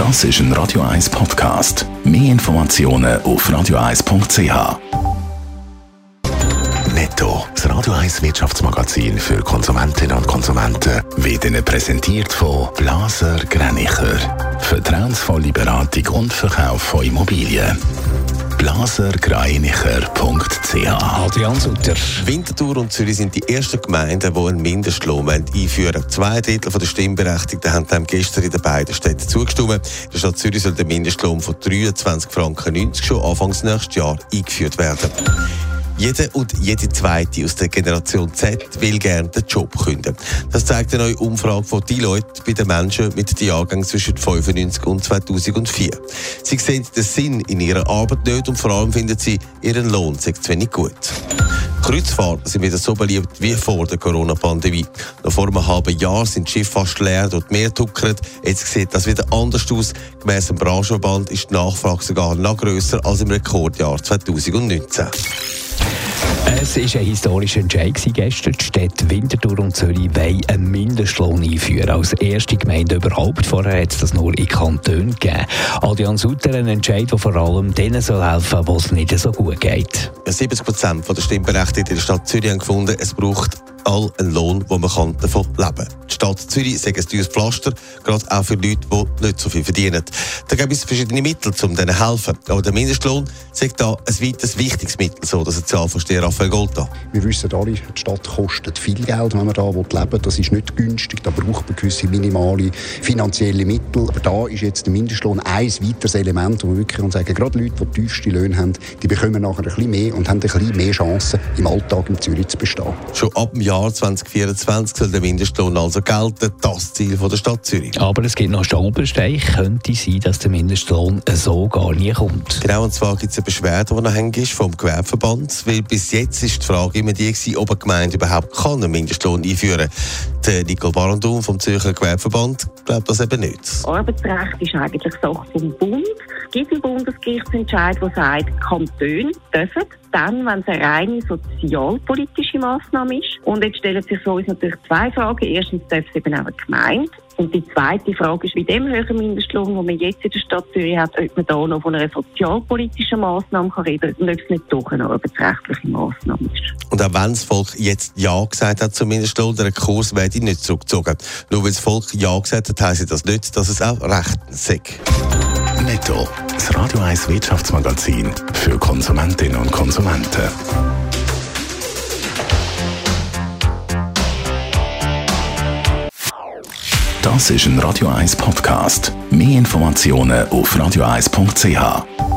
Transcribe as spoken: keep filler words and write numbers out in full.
Das ist ein Radio eins Podcast. Mehr Informationen auf radio eins punkt c h. Netto, das Radio eins Wirtschaftsmagazin für Konsumentinnen und Konsumenten, wird Ihnen präsentiert von Blaser Greinicher. Vertrauensvolle Beratung und Verkauf von Immobilien. blaser greinicher punkt c h. Adrian Sutter. Winterthur und Zürich sind die ersten Gemeinden, die einen Mindestlohn einführen wollen. Zwei Drittel der Stimmberechtigten haben dem gestern in den beiden Städten zugestimmt. In der Stadt Zürich soll der Mindestlohn von dreiundzwanzig Franken neunzig schon Anfangs nächstes Jahr eingeführt werden. Jeder und jede Zweite aus der Generation Z will gerne den Job kündigen. Das zeigt eine neue Umfrage von Deloitte bei den Menschen mit den Jahrgängen zwischen fünfundneunzig und zweitausendvier. Sie sehen den Sinn in ihrer Arbeit nicht und vor allem finden sie, ihren Lohn sei zu wenig gut. Kreuzfahrten sind wieder so beliebt wie vor der Corona-Pandemie. Noch vor einem halben Jahr sind die Schiffe fast leer durch die Meer tuckert. Jetzt sieht das wieder anders aus. Gemäss dem Branchenverband ist die Nachfrage sogar noch grösser als im Rekordjahr zweitausendneunzehn. Es war ein historischer Entscheid gestern. Die Städte Winterthur und Zürich wollen einen Mindestlohn einführen. Als erste Gemeinde überhaupt. Vorher hat es das nur in Kantonen gegeben. Adrian Sutter, ein Entscheid, der vor allem denen soll helfen, wo es nicht so gut geht. siebzig Prozent der Stimmberechtigten in der Stadt Zürich haben gefunden, es braucht all einen Lohn, wo man davon leben kann. Die Stadt Zürich sagt ein teures Pflaster, gerade auch für Leute, die nicht so viel verdienen. Da gibt es verschiedene Mittel, um denen zu helfen. Aber der Mindestlohn sagt da ein weiteres wichtiges Mittel, so der Sozialvorsteher Raphael Golta. Wir wissen alle, die Stadt kostet viel Geld, wenn man da leben will. Das ist nicht günstig, da braucht man gewisse minimale finanzielle Mittel. Aber da ist jetzt der Mindestlohn ein weiteres Element, wo wir wirklich sagen, gerade Leute, die tiefste Löhne haben, die bekommen nachher ein bisschen mehr und haben ein bisschen mehr Chancen, im Alltag in Zürich zu bestehen. Schon ab dem Jahr zwanzig vierundzwanzig soll der Mindestlohn also gelten, das Ziel der Stadt Zürich. Aber es gibt noch Stolpersteine. Könnte sein, dass der Mindestlohn so gar nie kommt. Genau, und zwar gibt es eine Beschwerde, die noch hängig ist vom Gewerbeverband, weil bis jetzt ist die Frage immer die gewesen, ob eine Gemeinde überhaupt kann einen Mindestlohn einführen kann. Der Nicole Barandum vom Zürcher Gewerbeverband glaubt das eben nicht. Arbeitsrecht ist eigentlich Sache vom Bund. Es gibt einen Bundesgerichtsentscheid, der sagt, Kantone dürfen dann, wenn es eine reine sozialpolitische Massnahme ist. Und jetzt stellen sich für uns natürlich zwei Fragen. Erstens darf es eben auch eine Gemeinde. Und die zweite Frage ist, bei dem höheren Mindestlohn, den man jetzt in der Stadt Zürich hat, ob man da noch von einer sozialpolitischen Massnahme kann reden kann, ob es nicht doch eine arbeitsrechtliche Massnahme ist. Und auch wenn das Volk jetzt Ja gesagt hat zum Mindestlohn, der Kurs werde nicht zurückgezogen. Nur weil das Volk Ja gesagt hat, heisst das nicht, dass es auch rechtens sei. Netto, das Radio eins Wirtschaftsmagazin für Konsumentinnen und Konsumenten. Das ist ein Radio eins Podcast. Mehr Informationen auf radio eins punkt c h.